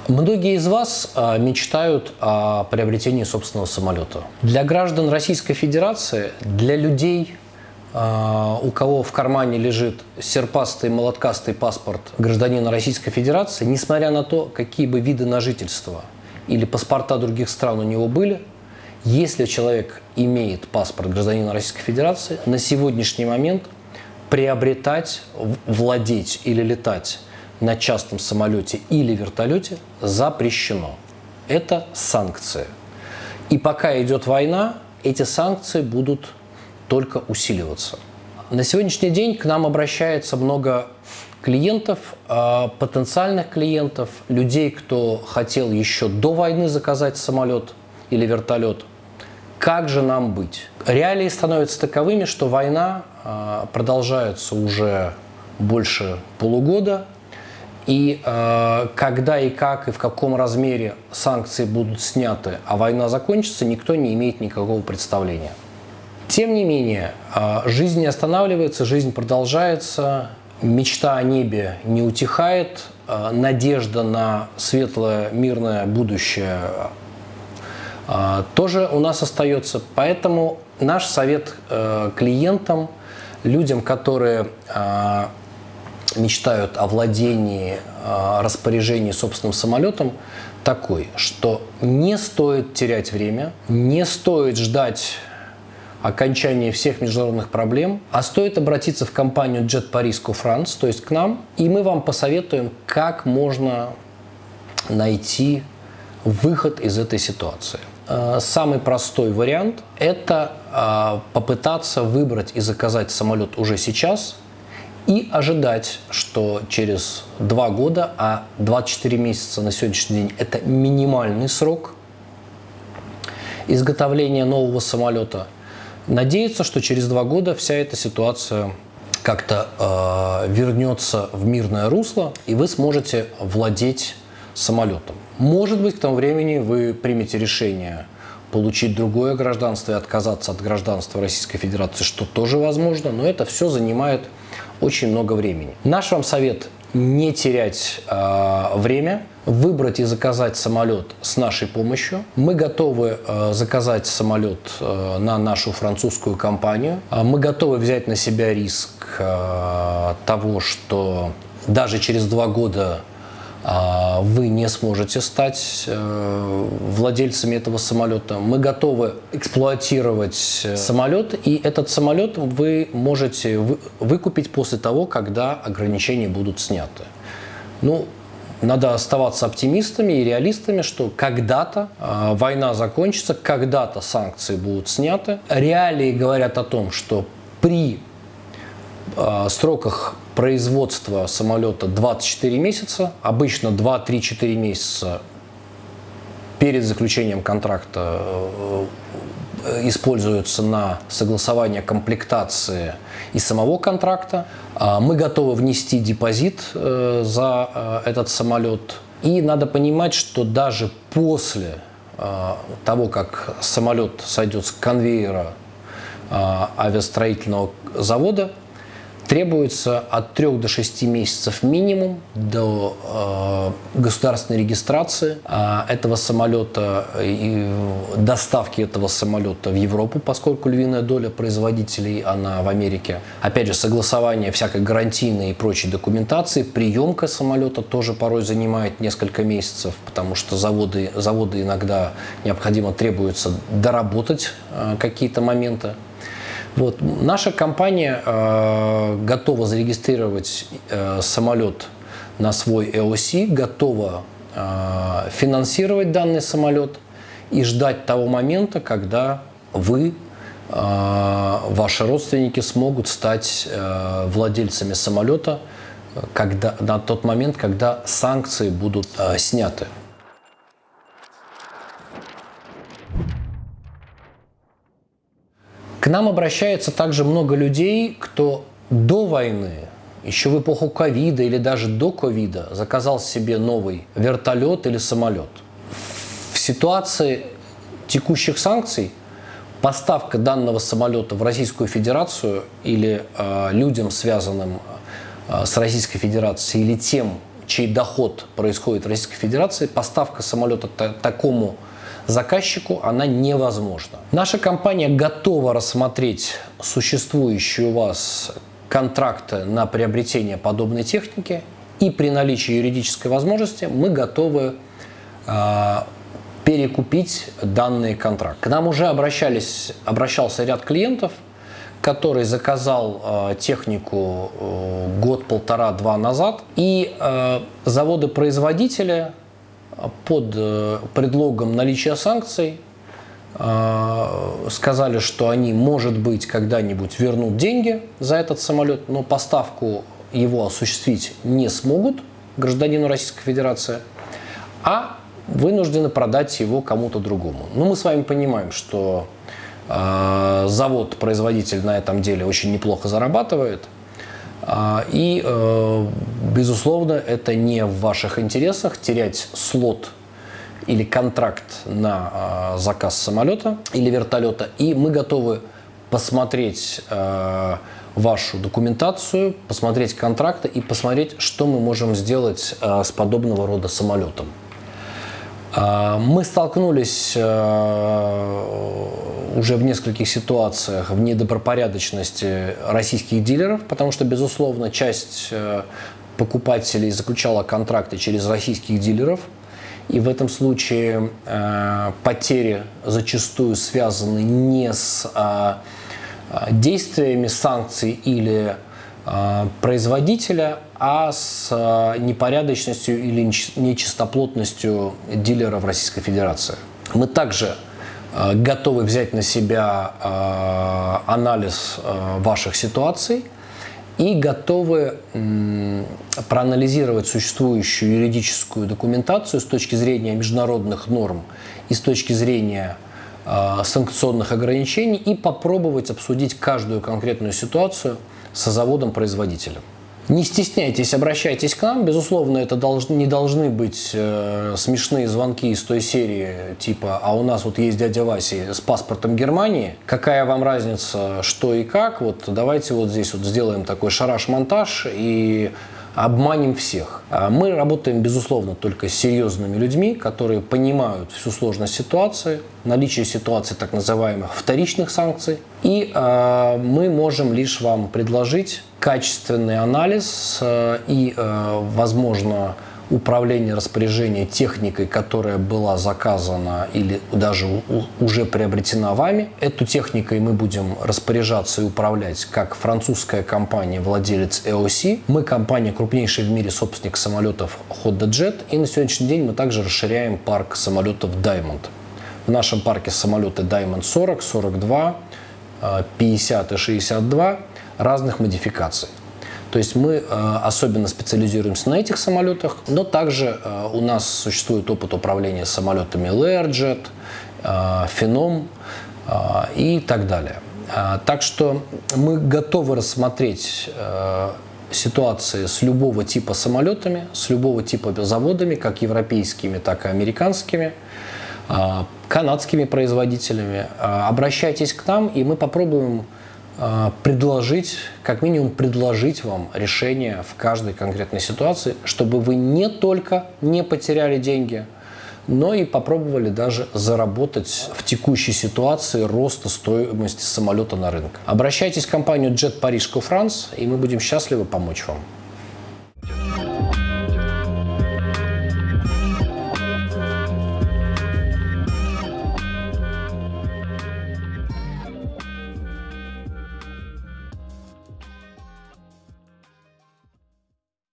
Многие из вас мечтают о приобретении собственного самолета. Для граждан Российской Федерации, для людей, у кого в кармане лежит серпастый, молоткастый паспорт гражданина Российской Федерации, несмотря на то, какие бы виды на жительство или паспорта других стран у него были, если человек имеет паспорт гражданина Российской Федерации, на сегодняшний момент приобретать, владеть или летать на частном самолете или вертолете запрещено. Это санкции. И пока идет война, эти санкции будут только усиливаться. На сегодняшний день к нам обращается много клиентов, потенциальных клиентов, людей, кто хотел еще до войны заказать самолет или вертолет. Как же нам быть? Реалии становятся таковыми, что война продолжается уже больше полугода. И когда и как и в каком размере санкции будут сняты, а война закончится, никто не имеет никакого представления. Тем не менее, жизнь не останавливается, жизнь продолжается, мечта о небе не утихает, надежда на светлое, мирное будущее тоже у нас остается. Поэтому наш совет клиентам, людям, которые мечтают о владении, распоряжении собственным самолетом, такой, что не стоит терять время, не стоит ждать окончания всех международных проблем, а стоит обратиться в компанию Jet Paris Co France, то есть к нам, и мы вам посоветуем, как можно найти выход из этой ситуации. Самый простой вариант – это попытаться выбрать и заказать самолет уже сейчас и ожидать, что через 2 года, а 24 месяца на сегодняшний день – это минимальный срок изготовления нового самолета, надеяться, что через 2 года вся эта ситуация как-то вернется в мирное русло, и вы сможете владеть самолетом. Может быть, к тому времени вы примете решение получить другое гражданство и отказаться от гражданства Российской Федерации, что тоже возможно, но это все занимает очень много времени. Наш вам совет – не терять время, выбрать и заказать самолет с нашей помощью. Мы готовы заказать самолет на нашу французскую компанию. Мы готовы взять на себя риск того, что даже через 2 года вы не сможете стать владельцами этого самолета. Мы готовы эксплуатировать самолет, и этот самолет вы можете выкупить после того, когда ограничения будут сняты. Ну, надо оставаться оптимистами и реалистами, что когда-то война закончится, когда-то санкции будут сняты. Реалии говорят о том, что при сроках производства самолета 24 месяца, обычно 2-3-4 месяца перед заключением контракта используются на согласование комплектации и самого контракта. Мы готовы внести депозит за этот самолет. И надо понимать, что даже после того, как самолет сойдет с конвейера авиастроительного завода, требуется от 3 до 6 месяцев минимум до государственной регистрации этого самолета и доставки этого самолета в Европу, поскольку львиная доля производителей, она в Америке. Опять же, согласование всякой гарантийной и прочей документации, приемка самолета тоже порой занимает несколько месяцев, потому что заводы иногда необходимо требуется доработать какие-то моменты. Вот. Наша компания готова зарегистрировать самолет на свой AOC, готова финансировать данный самолет и ждать того момента, когда вы, ваши родственники смогут стать владельцами самолета на тот момент, когда санкции будут сняты. К нам обращается также много людей, кто до войны, еще в эпоху ковида или даже до ковида, заказал себе новый вертолет или самолет. В ситуации текущих санкций поставка данного самолета в Российскую Федерацию или людям, связанным с Российской Федерацией, или тем чей доход происходит в Российской Федерации, поставка самолета такому заказчику, она невозможна. Наша компания готова рассмотреть существующие у вас контракты на приобретение подобной техники, и при наличии юридической возможности мы готовы перекупить данные контракты. К нам уже обращался ряд клиентов, который заказал технику год, полтора-два назад, и заводы-производители под предлогом наличия санкций сказали, что они, может быть, когда-нибудь вернут деньги за этот самолет, но поставку его осуществить не смогут гражданину Российской Федерации, а вынуждены продать его кому-то другому. Но мы с вами понимаем, что завод-производитель на этом деле очень неплохо зарабатывает, и, безусловно, это не в ваших интересах терять слот или контракт на заказ самолета или вертолета, и мы готовы посмотреть вашу документацию, посмотреть контракты и посмотреть, что мы можем сделать с подобного рода самолетом. Мы столкнулись уже в нескольких ситуациях в недобропорядочности российских дилеров, потому что, безусловно, часть покупателей заключала контракты через российских дилеров, и в этом случае потери зачастую связаны не с действиями санкций или производителя, а с непорядочностью или нечистоплотностью дилеров Российской Федерации. Мы также готовы взять на себя анализ ваших ситуаций и готовы проанализировать существующую юридическую документацию с точки зрения международных норм и с точки зрения санкционных ограничений и попробовать обсудить каждую конкретную ситуацию со заводом-производителем. Не стесняйтесь, обращайтесь к нам. Безусловно, это не должны быть смешные звонки из той серии, типа «а у нас вот есть дядя Вася с паспортом Германии, какая вам разница, что и как, вот давайте вот здесь вот сделаем такой шараш-монтаж и обманем всех». Мы работаем, безусловно, только с серьезными людьми, которые понимают всю сложность ситуации, наличие ситуации так называемых вторичных санкций, и мы можем лишь вам предложить качественный анализ и, возможно, управление, распоряжение техникой, которая была заказана или даже уже приобретена вами. Эту техникой мы будем распоряжаться и управлять как французская компания, владелец EOC. Мы компания, крупнейший в мире собственник самолетов Honda-Jet. И на сегодняшний день мы также расширяем парк самолетов Diamond. В нашем парке самолеты Diamond 40, 42, 50 и 62 разных модификаций. То есть мы особенно специализируемся на этих самолетах, но также у нас существует опыт управления самолетами Learjet, Phenom и так далее. Так что мы готовы рассмотреть ситуации с любого типа самолетами, с любого типа заводами, как европейскими, так и американскими, канадскими производителями. Обращайтесь к нам, и мы попробуем предложить, как минимум предложить вам решение в каждой конкретной ситуации, чтобы вы не только не потеряли деньги, но и попробовали даже заработать в текущей ситуации роста стоимости самолета на рынке. Обращайтесь в компанию Jet Paris Co France, и мы будем счастливы помочь вам.